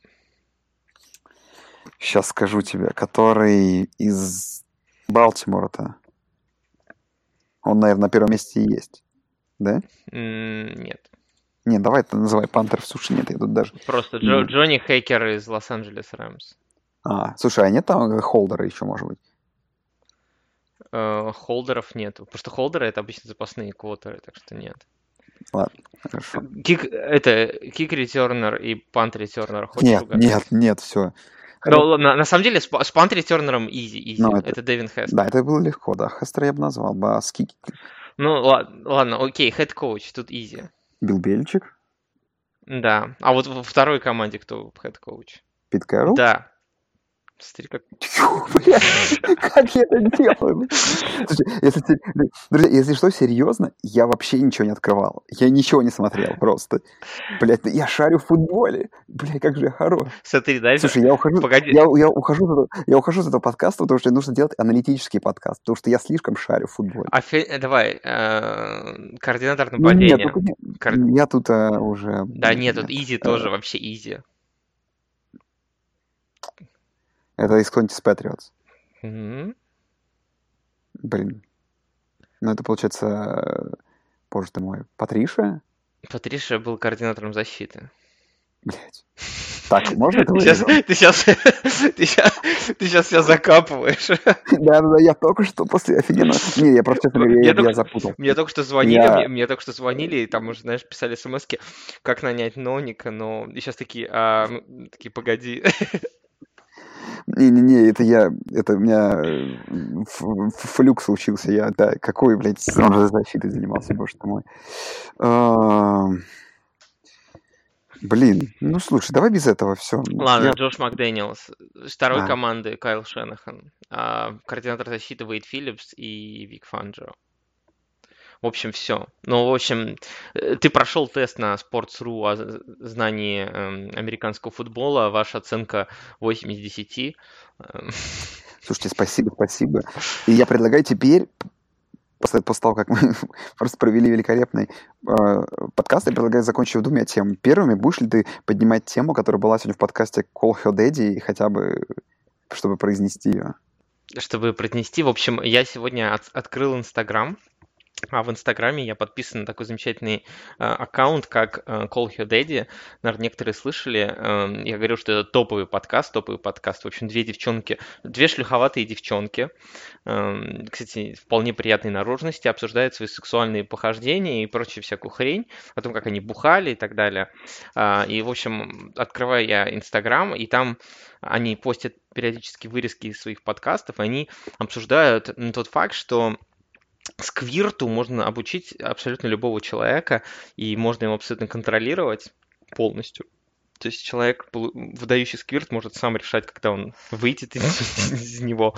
Сейчас скажу тебе. Который из Балтимора-то. Он, наверное, на первом месте и есть. Да? М, Нет. Не, давай ты называй Пантеров. Слушай, нет, я тут даже... Просто Джо- Нет. Джонни Хейкер из Лос-Анджелес Рэмс. А, слушай, а нет там Холдера еще, может быть? Э, Холдеров нету. Просто холдеры это обычно запасные квотеры, так что нет. Ладно, хорошо. Кик, это, кик-ретернер и пант-ретернер хочешь Нет, угадать? нет, нет, все. Ну, на, на самом деле, с, па- с пант-ретернером изи, изи. Ну, это, Это Дэвин да, Хестер. это было легко, да. Хестера я бы назвал бы. А Ски... Ну, ладно, ладно, окей, хед-коуч, тут изи. Билл Бельчик, Да. А вот во второй команде кто хед-коуч? Пит Кэрролл. Да. Смотри, как... Тьфу, блядь, как я это делаю? Слушай, если, те- друзья, если что, серьезно, я вообще ничего не открывал. Я ничего не смотрел просто. Блядь, я шарю в футболе. Блядь, как же я хорош. Смотри, дальше. Слушай, я ухожу, Погоди. я, я, ухожу, с этого- я ухожу с этого подкаста, потому что мне нужно делать аналитический подкаст, потому что я слишком шарю в футболе. Офе- э, Давай, э, координатор Ну, нет, нападения. только не- Кор- я тут а, уже... Да нет, нет, тут нет. изи Э, тоже, вообще изи. Это из кто-нибудь из Patriots. Мгм. Блин. Ну, это получается... э, Боже ты мой. Патриша? Патриша был координатором защиты. Блядь. Так, можно это Ты сейчас, вырезать? ты сейчас, ты сейчас, ты сейчас себя закапываешь. Да-да-да, я только что после офигенно... Не, я просто, честно говоря, Я я, я только, запутал. мне только что звонили, Я... мне, мне только что звонили, и там уже, знаешь, писали смски, как нанять Ноника, но и сейчас такие, а, ну, такие, погоди. Не-не-не, это я... Это у меня э, ф- ф- флюк случился. Я, да, какой, блядь, он же защитой занимался, боже ты мой. А, Блин, ну слушай, давай без этого все. Ладно, Я... Джош Макдэниелс, с второй А, команды Кайл Шенахан, а, координатор защиты Уэйд Филлипс и Вик Фанджо. В общем, все. Ну, в общем, э, ты прошел тест на Sports.ru о з- знании эм, американского футбола. Ваша оценка восемь из десяти. Эм, Слушайте, спасибо, спасибо. И я предлагаю теперь, после, после того, как мы просто провели великолепный э, подкаст, я предлагаю закончить двумя темами. Первыми, будешь ли ты поднимать тему, которая была сегодня в подкасте Call Her Daddy, хотя бы, чтобы произнести ее? Чтобы произнести, в общем, я сегодня от- открыл Инстаграм. А в Инстаграме я подписан на такой замечательный э, аккаунт, как э, Call Her Daddy. Наверное, некоторые слышали. Эм, я говорил, что это топовый подкаст, топовый подкаст. В общем, две девчонки, две шлюховатые девчонки, эм, кстати, вполне приятной наружности, обсуждают свои сексуальные похождения и прочую всякую хрень, о том, как они бухали и так далее. А, и, в общем, открываю я Инстаграм, и там они постят периодически вырезки из своих подкастов, и они обсуждают м, тот факт, что сквирту можно обучить абсолютно любого человека, и можно его абсолютно контролировать полностью. То есть человек, полу- выдающий сквирт, может сам решать, когда он выйдет из, из него.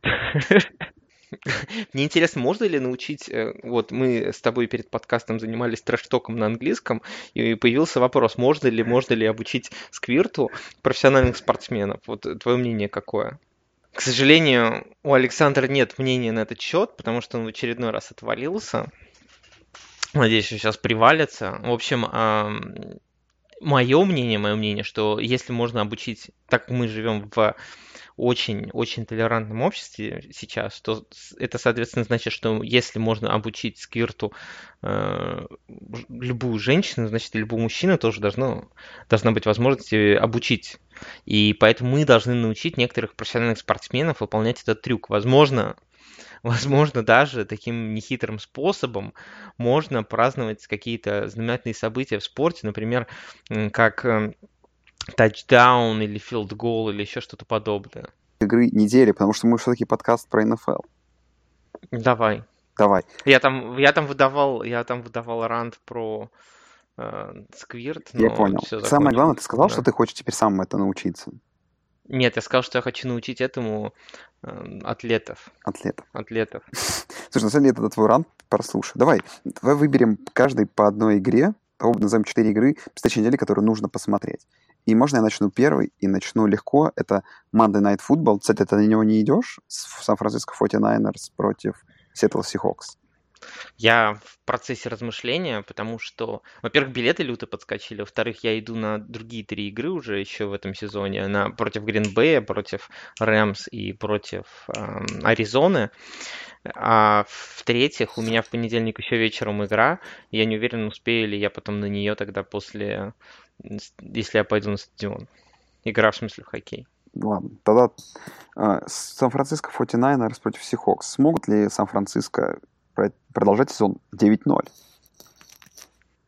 Мне интересно, можно ли научить... э, Вот мы с тобой перед подкастом занимались трэш-током на английском, и появился вопрос, можно ли, можно ли обучить сквирту профессиональных спортсменов? Вот твое мнение какое? К сожалению, у Александра нет мнения на этот счет, потому что он в очередной раз отвалился. Надеюсь, что сейчас привалится. В общем, мое мнение, мое мнение, что если можно обучить, так как мы живем в очень-очень толерантном обществе сейчас, то с- это, соответственно, значит, что если можно обучить сквирту э, ж- любую женщину, значит, и любого мужчину тоже должно, должна быть возможность э, обучить. И поэтому мы должны научить некоторых профессиональных спортсменов выполнять этот трюк. Возможно, возможно, даже таким нехитрым способом можно праздновать какие-то знаменательные события в спорте, например, м, как э, тачдаун или филд гол или еще что-то подобное. Игры недели, потому что мы все-таки подкаст про эн эф эл. Давай. Давай. Я там, я там выдавал, я там выдавал рант про э, сквирт, Я но понял. все Самое главное, ты закончилось. сказал, что Да. ты хочешь теперь сам это научиться. Нет, я сказал, что я хочу научить этому э, атлетов. Атлетов. Атлетов. Слушай, на самом деле, это твой рант, прослушай. Давай, давай выберем каждый по одной игре, того назовем четыре игры в следующей неделе, которые нужно посмотреть. И можно я начну первый, и начну легко. Это Monday Night Football. Кстати, ты на него не идешь? Сан-Франциско форти найнерс против Seattle Seahawks. Я в процессе размышления, потому что, во-первых, билеты люто подскочили, во-вторых, я иду на другие три игры уже еще в этом сезоне, на, против Грин-Бэя, против Рэмс и против эм, Аризоны. А в-третьих, у меня в понедельник еще вечером игра, и я не уверен, успею ли я потом на нее тогда после, с- если я пойду на стадион. Игра в смысле в хоккей. Ладно, тогда э, Сан-Франциско форти найнерс против Seahawks. Смогут ли Сан-Франциско про- продолжать сезон девять ноль?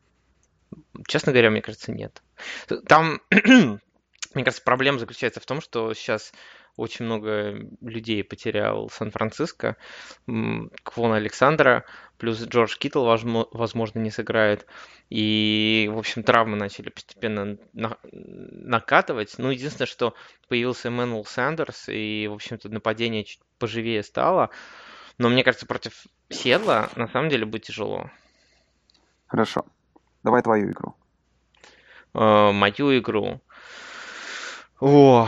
честно говоря, мне кажется, нет. Там, мне кажется, проблема заключается в том, что сейчас очень много людей потерял Сан-Франциско. М, Квон Александра, плюс Джордж Киттл, возмо- возможно, не сыграет. И, в общем, травмы начали постепенно на- накатывать. Ну, единственное, что появился Эммануэл Сандерс, и, в общем-то, нападение чуть поживее стало. Но мне кажется, против Сиэтла на самом деле будет тяжело. Хорошо. Давай твою игру. Э, Мою игру. О,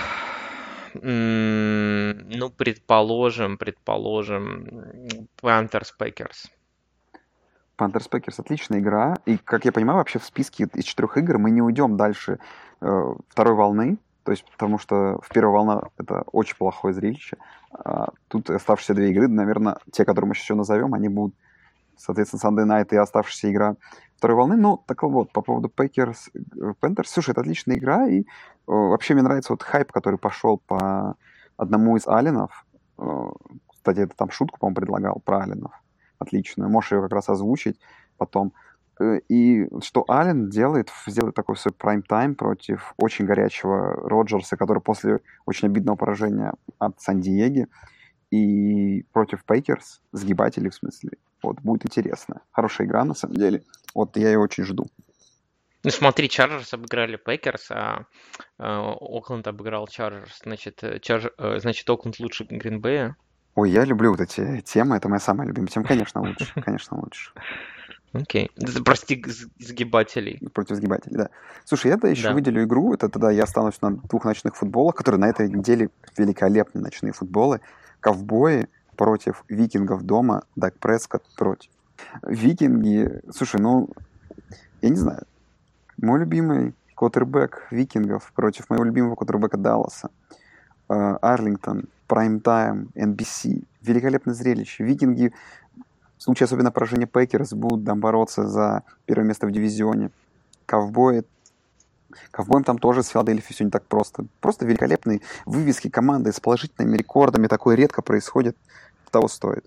м, ну, предположим, предположим, Panthers Packers. Panthers Packers отличная игра. И, как я понимаю, вообще в списке из четырех игр мы не уйдем дальше э, второй волны. То есть, потому что в первой волна это очень плохое зрелище. А тут оставшиеся две игры, наверное, те, которые мы сейчас еще назовем, они будут, соответственно, Sunday Night и оставшаяся игра второй волны. Ну, так вот, по поводу Packers, э, Panthers, слушай, это отличная игра. И э, вообще мне нравится вот хайп, который пошел по одному из Алленов. Э, кстати, это там шутку, по-моему, предлагал про Алленов. Отличную. Можешь ее как раз озвучить потом. Э, И что Аллен делает, сделает такой свой прайм-тайм против очень горячего Роджерса, который после очень обидного поражения от Сан-Диего, и против Пейкерс, сгибателей в смысле. Вот, будет интересно. Хорошая игра, на самом деле. Вот, я ее очень жду. Ну, смотри, Чарджерс обыграли Пейкерс, а э, Окленд обыграл Чарджерс. Значит, э, Чарж- э, значит, Окленд лучше Гринбея. Ой, я люблю вот эти темы, это моя самая любимая тема. Конечно, лучше, конечно, лучше. Окей. Это, прости, г- сгибателей. Против сгибателей, да. Слушай, я-то еще Да. выделю игру. Это тогда я останусь на двух ночных футболах, которые на этой неделе великолепные ночные футболы. Ковбои против викингов дома, Даг Прескотт против. Викинги, слушай, ну, я не знаю. Мой любимый квотербек викингов против моего любимого квотербека Далласа. Э, Арлингтон, прайм-тайм, эн би си. Великолепное зрелище. Викинги, в случае особенно поражения Пейкерс, будут там бороться за первое место в дивизионе. Ковбои. Ковбоям там тоже с Филадельфией все не так просто. Просто великолепные вывески команды с положительными рекордами. Такое редко происходит. Того стоит.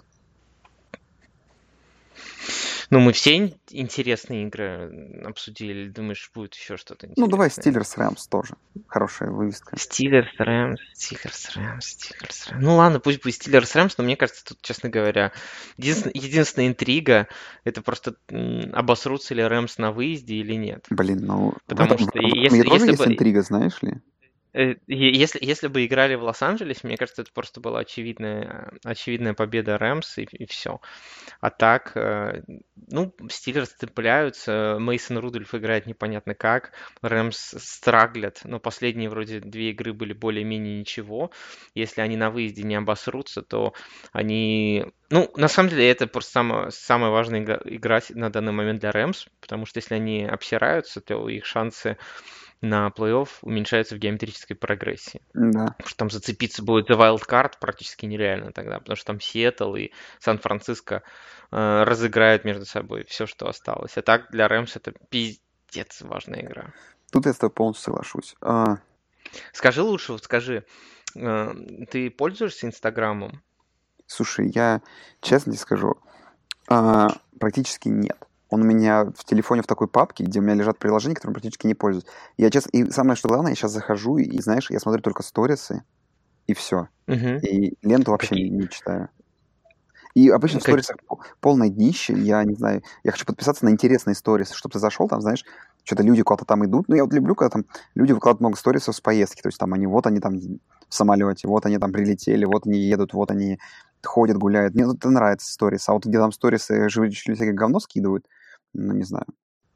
Ну, мы все ин- интересные игры обсудили. Думаешь, будет еще что-то Ну, давай интересное? Стиллерс Рэмс тоже. Хорошая вывеска. Стиллерс, Рэмс, Стиллерс, Рэмс, Стиллерс, Рэмс. Ну ладно, пусть будет Стиллерс, Рэмс, но мне кажется, тут, честно говоря, единственная, единственная интрига это просто м, обосрутся ли Рэмс на выезде или нет. Блин, ну в Потому этом, что в этом если, тоже если есть бы интрига, знаешь ли? э, е- если, если бы играли в Лос-Анджелесе, мне кажется, это просто была очевидная, очевидная победа Рэмс и, все. А так, э, ну, Стиллерс цепляются, Мейсон Рудольф играет непонятно как, Рэмс страглят, но последние вроде две игры были более-менее ничего. Если они на выезде не обосрутся, то они... Ну, на самом деле, это просто самая, самая важная игра, игра на данный момент для Рэмс, потому что если они обсираются, то их шансы на плей-офф уменьшаются в геометрической прогрессии. Да. Потому что там зацепиться будет за wildcard практически нереально тогда, потому что там Сиэтл и Сан-Франциско э, разыграют между собой все, что осталось. А так для Рэмс это пиздец важная игра. Тут я с тобой полностью соглашусь. А, Скажи лучше, вот скажи, э, ты пользуешься Инстаграмом? слушай, я честно тебе скажу, а, практически нет. Он у меня в телефоне в такой папке, где у меня лежат приложения, которыми практически не пользуюсь. Я честно, и самое что главное, я сейчас захожу и, знаешь, я смотрю только сторисы, и все. Мгм. И ленту вообще Какие- не, не читаю. И обычно в Как- сторисах по- полное днище. Я не знаю, я хочу подписаться на интересные сторисы, чтобы ты зашел, там, знаешь, что-то люди куда-то там идут. Ну, я вот люблю, когда там люди выкладывают много сторисов с поездки. То есть там они, вот они там в самолете, вот они там прилетели, вот они едут, вот они ходят, гуляют. Мне это нравится сторис. А вот где там сторисы живые всякое говно скидывают, ну, не знаю.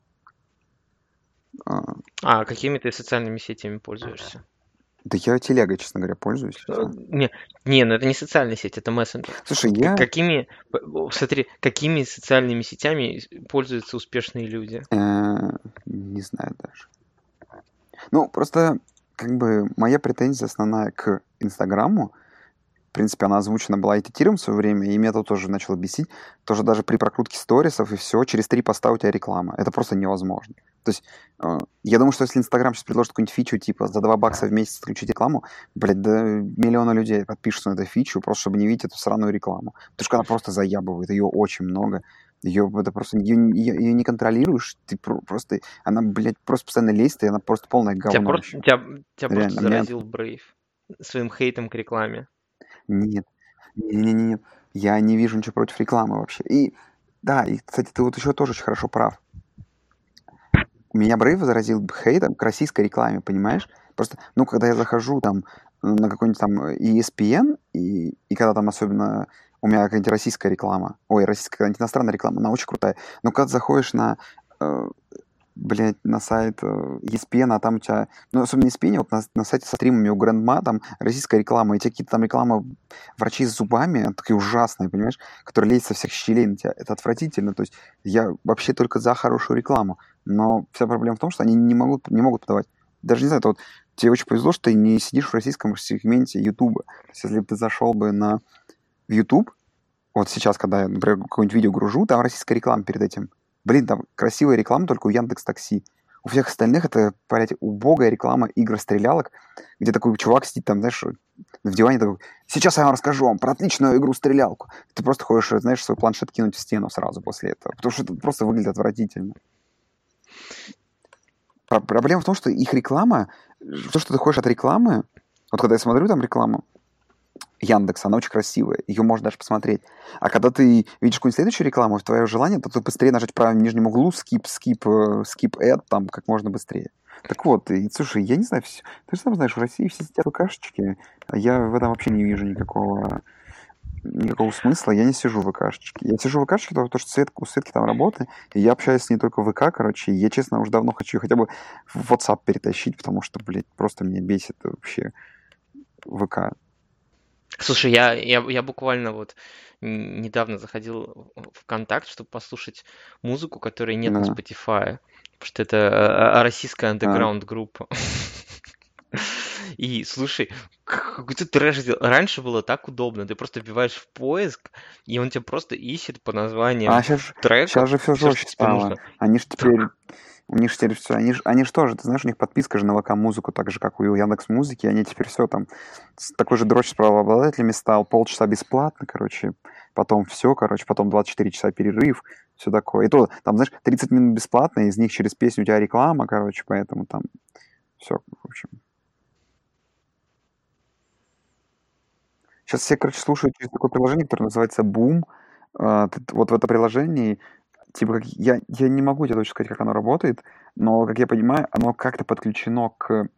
А, А какими ты социальными сетями пользуешься? да я телегой, честно говоря, пользуюсь. Э, всё. Не, не, ну это не социальная сеть, это мессенджер. Слушай, К- я... Какими, п- о, смотри, какими социальными сетями пользуются успешные люди? э, не знаю даже. Ну, просто, как бы, моя претензия основная к Инстаграму, в принципе, она озвучена была Айтитиром в свое время, и меня это тоже начало бесить. Тоже даже при прокрутке сторисов и все, через три поста у тебя реклама. Это просто невозможно. То есть, э, я думаю, что если Инстаграм сейчас предложит какую-нибудь фичу, типа, за два бакса в месяц отключить рекламу, блядь, да миллиона людей подпишутся на эту фичу, просто чтобы не видеть эту сраную рекламу. Потому что она просто заябывает, ее очень много. Ее это просто ее, ее не контролируешь, ты про- просто она, блядь, просто постоянно лезет, и она просто полное Тебя говно просто, вообще. тебя, тебя просто Реально, мне заразил Брейв своим хейтом к рекламе. нет, не, не, не, я не вижу ничего против рекламы вообще. И да, и кстати, ты вот еще тоже очень хорошо прав. Меня Брейв заразил хейтом к российской рекламе, понимаешь? Просто, ну, когда я захожу там на какой-нибудь там и эс пи эн, и, и когда там особенно у меня какая-нибудь российская реклама, ой, российская, какая-нибудь иностранная реклама, она очень крутая. Но когда заходишь на, э, блядь, на сайт э, и эс пи эн, а там у тебя, ну, особенно и эс пи эн, вот на, на сайте со стримами у Грандма, там российская реклама, и те какие-то там реклама врачей с зубами, такие ужасные, понимаешь, которые лезут со всех щелей на тебя. Это отвратительно. То есть я вообще только за хорошую рекламу. Но вся проблема в том, что они не могут, не могут подавать. Даже не знаю, это вот тебе очень повезло, что ты не сидишь в российском сегменте Ютуба. То есть если бы ты зашел бы на в YouTube, вот сейчас, когда я, например, какое-нибудь видео гружу, там российская реклама перед этим. Блин, там красивая реклама только у Яндекс.Такси. У всех остальных это, блядь, убогая реклама игр-стрелялок, где такой чувак сидит там, знаешь, в диване такой, сейчас я вам расскажу вам про отличную игру-стрелялку. Ты просто хочешь, знаешь, свой планшет кинуть в стену сразу после этого, потому что это просто выглядит отвратительно. Про- Проблема в том, что их реклама, то, что ты хочешь от рекламы, вот когда я смотрю там рекламу Яндекса, она очень красивая, ее можно даже посмотреть. А когда ты видишь какую-нибудь следующую рекламу, твое желание, то ты быстрее нажать в правом нижнем углу skip, skip, э, skip ad, там, как можно быстрее. Так вот, и, слушай, я не знаю, всё- ты же сам знаешь, в России все сидят в ВКшечке, а я в этом вообще не вижу никакого, никакого смысла, я не сижу в ВКшечке. Я сижу в ВКшечке, потому что Свет, у Светки там работа, и я общаюсь не только в ВК, короче, и я, честно, уже давно хочу хотя бы в WhatsApp перетащить, потому что, блядь, просто меня бесит вообще ВК. Слушай, я, я, я буквально вот н- недавно заходил в ВКонтакт, чтобы послушать музыку, которой нет на Да. Spotify, потому что это э, э, российская А, андеграунд-группа. И слушай, к- какой-то трэш сделал. Раньше было так удобно. Ты просто вбиваешь в поиск, и он тебя просто ищет по а названиям сейчас, сейчас треков, же все все, что жестче тебе стало. нужно. Они же теперь, у них же теперь все, они же, они же тоже, ты знаешь, у них подписка же на ВК-музыку, так же, как у Яндекс.Музыки, они теперь все там, с- такой же дрочь с правообладателями стал, полчаса бесплатно, короче, потом все, короче, потом двадцать четыре часа перерыв, все такое. И то, там, знаешь, тридцать минут бесплатно, из них через песню у тебя реклама, короче, поэтому там все, в общем. Сейчас все, короче, слушают через такое приложение, которое называется Boom. А, ты- Вот в это приложении, типа, как я, я не могу тебе точно сказать, как оно работает, но, как я понимаю, оно как-то подключено к...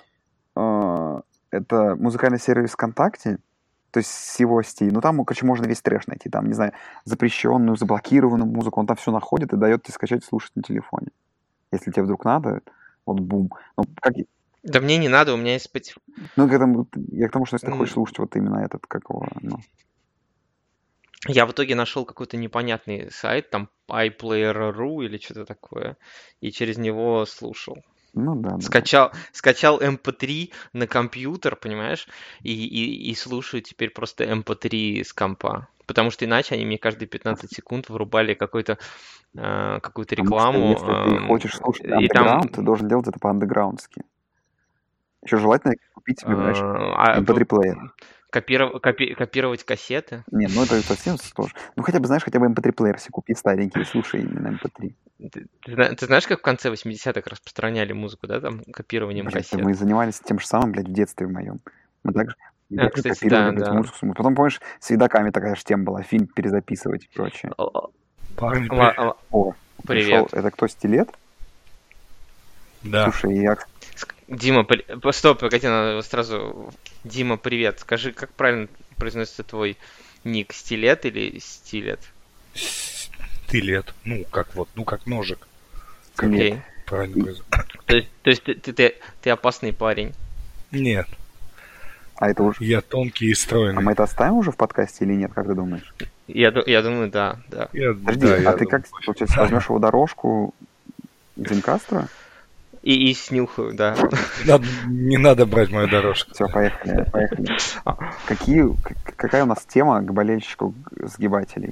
а, Это музыкальный сервис ВКонтакте, то есть с его стилей. Ну, там, короче, можно весь трэш найти. Там, не знаю, запрещенную, заблокированную музыку. Он там все находит и дает тебе скачать и слушать на телефоне. Если тебе вдруг надо, вот Boom. Ну, как... и- Да мне не надо, у меня есть Spotify. ну, к этому- я к тому, что если ты хочешь М, слушать вот именно этот, как его, ну, Я в итоге нашел какой-то непонятный сайт, там iPlayer точка ру или что-то такое, и через него слушал. ну да, да, да. Скачал, скачал эм пэ три на компьютер, понимаешь, и, и, и слушаю теперь просто эм пэ три с компа. Потому что иначе они мне каждые пятнадцать секунд врубали какой-то, э, какую-то Потому что рекламу, если ты эм, хочешь слушать и там андеграунд, ты должен делать это по-андеграундски. Еще желательно купить э, себе, знаешь, а, эм пэ три п- плеер. копиров- копи- копировать кассеты. Нет, ну это совсем сложно. Ну хотя бы, знаешь, хотя бы эм пэ три плеер себе купи старенький и слушай именно эм пэ три. Ты, ты зна- ты знаешь, как в конце восьмидесятых распространяли музыку, да, там, копированием Блядь, да кассет? мы занимались тем же самым, блядь, в детстве в моем. Мы также, мы А, также кстати, копировали, да, блядь, да. музыку. Потом, помнишь, с видаками такая же тема была, фильм перезаписывать и прочее. О, Парни, ла- привет. ла- О, пришел, Привет. это кто, Стилет? Да. Слушай, я, Ск- Дима, при- по- стоп, погоди, надо сразу. Дима, привет. Скажи, как правильно произносится твой ник? Стилет или стилет? Стилет. Ну, как вот, ну, как ножик. Как Стилет. Окей. правильно произносится. То есть, то есть ты, ты, ты, ты опасный парень. Нет, а это уже, я тонкий и а стройный. мы это оставим уже в подкасте или нет, как ты думаешь? Я, ду- я думаю, да, да. Я, Подожди, да, а я ты думаю, как, пофиг. получается, возьмешь его дорожку Дзенкастро? И, и снюхаю, да. Не надо, не надо брать мою дорожку. Все, поехали, поехали. А, Какие, к- какая у нас тема к болельщику сгибателей?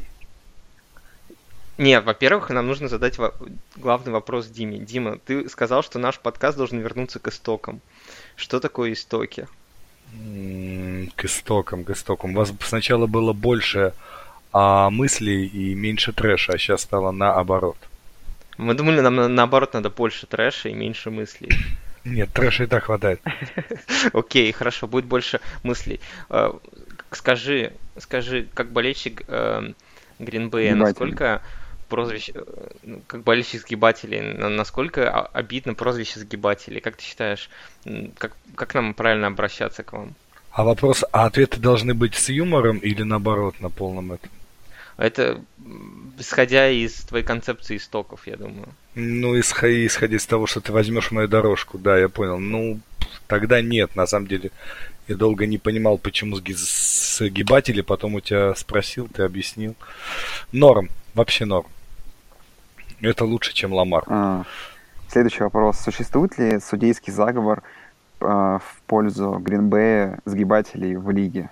Не, во-первых, нам нужно задать во- главный вопрос Диме. Дима, ты сказал, что наш подкаст должен вернуться к истокам. Что такое истоки? М, К истокам, к истокам. У вас сначала было больше а мыслей и меньше трэша, а сейчас стало наоборот. Мы думали, нам на- наоборот надо больше трэша и меньше мыслей. Нет, трэша и так хватает. Окей, хорошо, будет больше мыслей. Э, Скажи, скажи, как болельщик Грин Бэя, Сгибателей. насколько прозвище, э, ну, как болельщик сгибателей, на- насколько о- обидно прозвище сгибателей? Как ты считаешь, м, как, как нам правильно обращаться к вам? А вопрос, а ответы должны быть с юмором или наоборот на полном этом? Это м, исходя из твоей концепции истоков, я думаю. Ну, исходя, исходя из того, что ты возьмешь мою дорожку, да, я понял. Ну, тогда нет, на самом деле. Я долго не понимал, почему сги- сгибатели, потом у тебя спросил, ты объяснил. Норм, вообще норм. Это лучше, чем Ламар. А, Следующий вопрос. Существует ли судейский заговор а, в пользу Грин-Бэя сгибателей в лиге?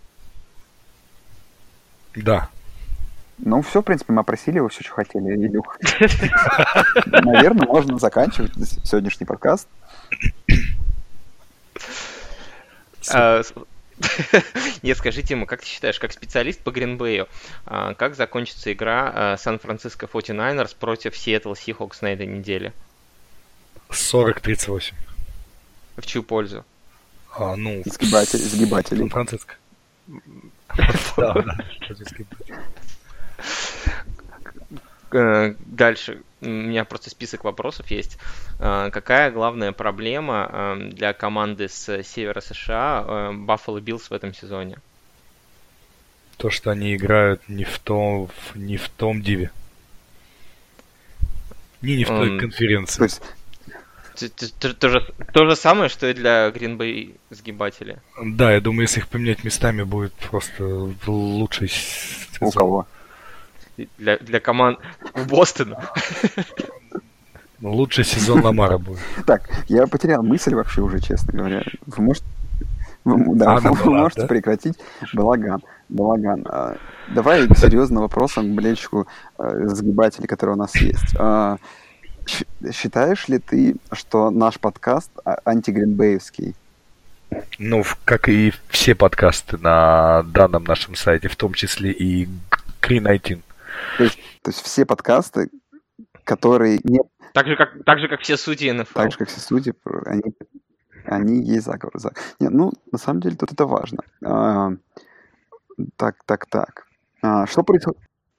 Да. Ну, все, в принципе, мы опросили его, все, что хотели, Илюх. Наверное, можно заканчивать сегодняшний подкаст. А, с- Нет, скажи, Тима, как ты считаешь, как специалист по Гринбею, а, как закончится игра а, Сан-Франциско форти найнерс против Сиэтл Сихокс на этой неделе? сорок тридцать восемь. В чью пользу? А, ну, Сгибатель, сгибателей. Сан-Франциско. Да, да, против сгибателей. Э, Дальше. У меня просто список вопросов есть. Э, Какая главная проблема э, для команды с севера США Баффало Биллс в этом сезоне? То, что они играют не в том, в- не в том диве. Не, не в той М, То конференции. есть, Т- т- т- То же, то же самое, что и для Green Bay сгибателя. Да, я думаю, если их поменять местами, будет просто лучший у сезон. кого? И Для, для команд Бостона. Лучший сезон Ламара будет. Так, я потерял мысль вообще уже, честно говоря. Вы можете, вы, да, Она вы была, можете да? прекратить балаган. Балаган. А, давай к серьезным вопросам к болельщику э, сгибателей, который у нас есть. А, щ- считаешь ли ты, что наш подкаст а- антигринбеевский? Ну, в- как и все подкасты на данном нашем сайте, в том числе и Green девятнадцать. То есть, то есть все подкасты, которые не Так же, как, так же, как все судьи эн эф эл. так же, как все судьи, про- они, они есть заговор. За- Нет, ну, на самом деле, тут это важно. А, так, так, так. А, что происходит?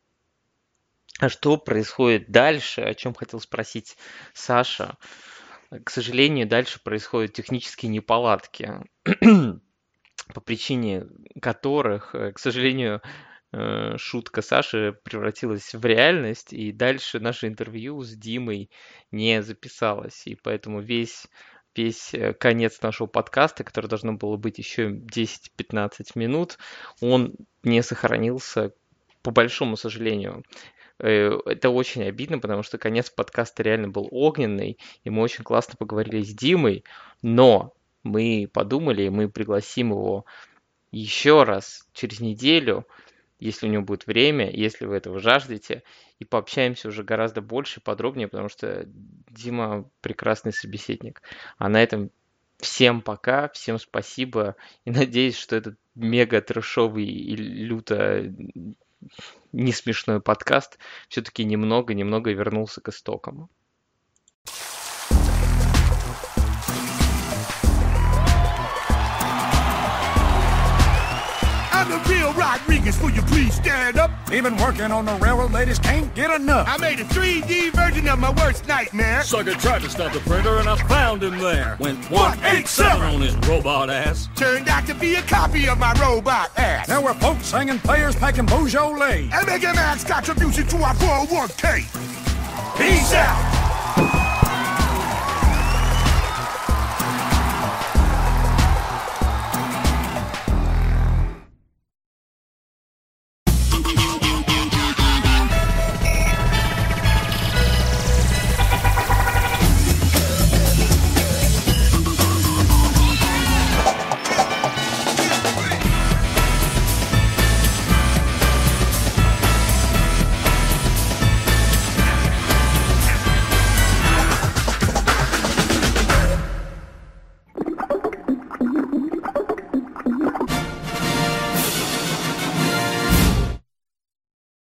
А что происходит дальше, о чем хотел спросить Саша? К сожалению, дальше происходят технические неполадки, по причине которых, э, к сожалению, э, шутка Саши превратилась в реальность, и дальше наше интервью с Димой не записалось. И поэтому весь, весь э, конец нашего подкаста, который должно было быть еще десять-пятнадцать минут, он не сохранился, по большому сожалению. Э, Это очень обидно, потому что конец подкаста реально был огненный, и мы очень классно поговорили с Димой, но мы подумали, и мы пригласим его еще раз через неделю, если у него будет время, если вы этого жаждете, и пообщаемся уже гораздо больше и подробнее, потому что Дима прекрасный собеседник. А на этом всем пока, всем спасибо, и надеюсь, что этот мега трэшовый и люто не смешной подкаст все-таки немного-немного вернулся к истокам. I'm the real Rodriguez, will you please stand up? Even working on the railroad, ladies can't get enough. I made a three D version of my worst nightmare. Sucker tried to stop the printer and I found him there. Went one eight seven on his robot ass. Turned out to be a copy of my robot ass. There were folks singing, players packing Beaujolais. And making max contribution to our four oh one k. Peace out.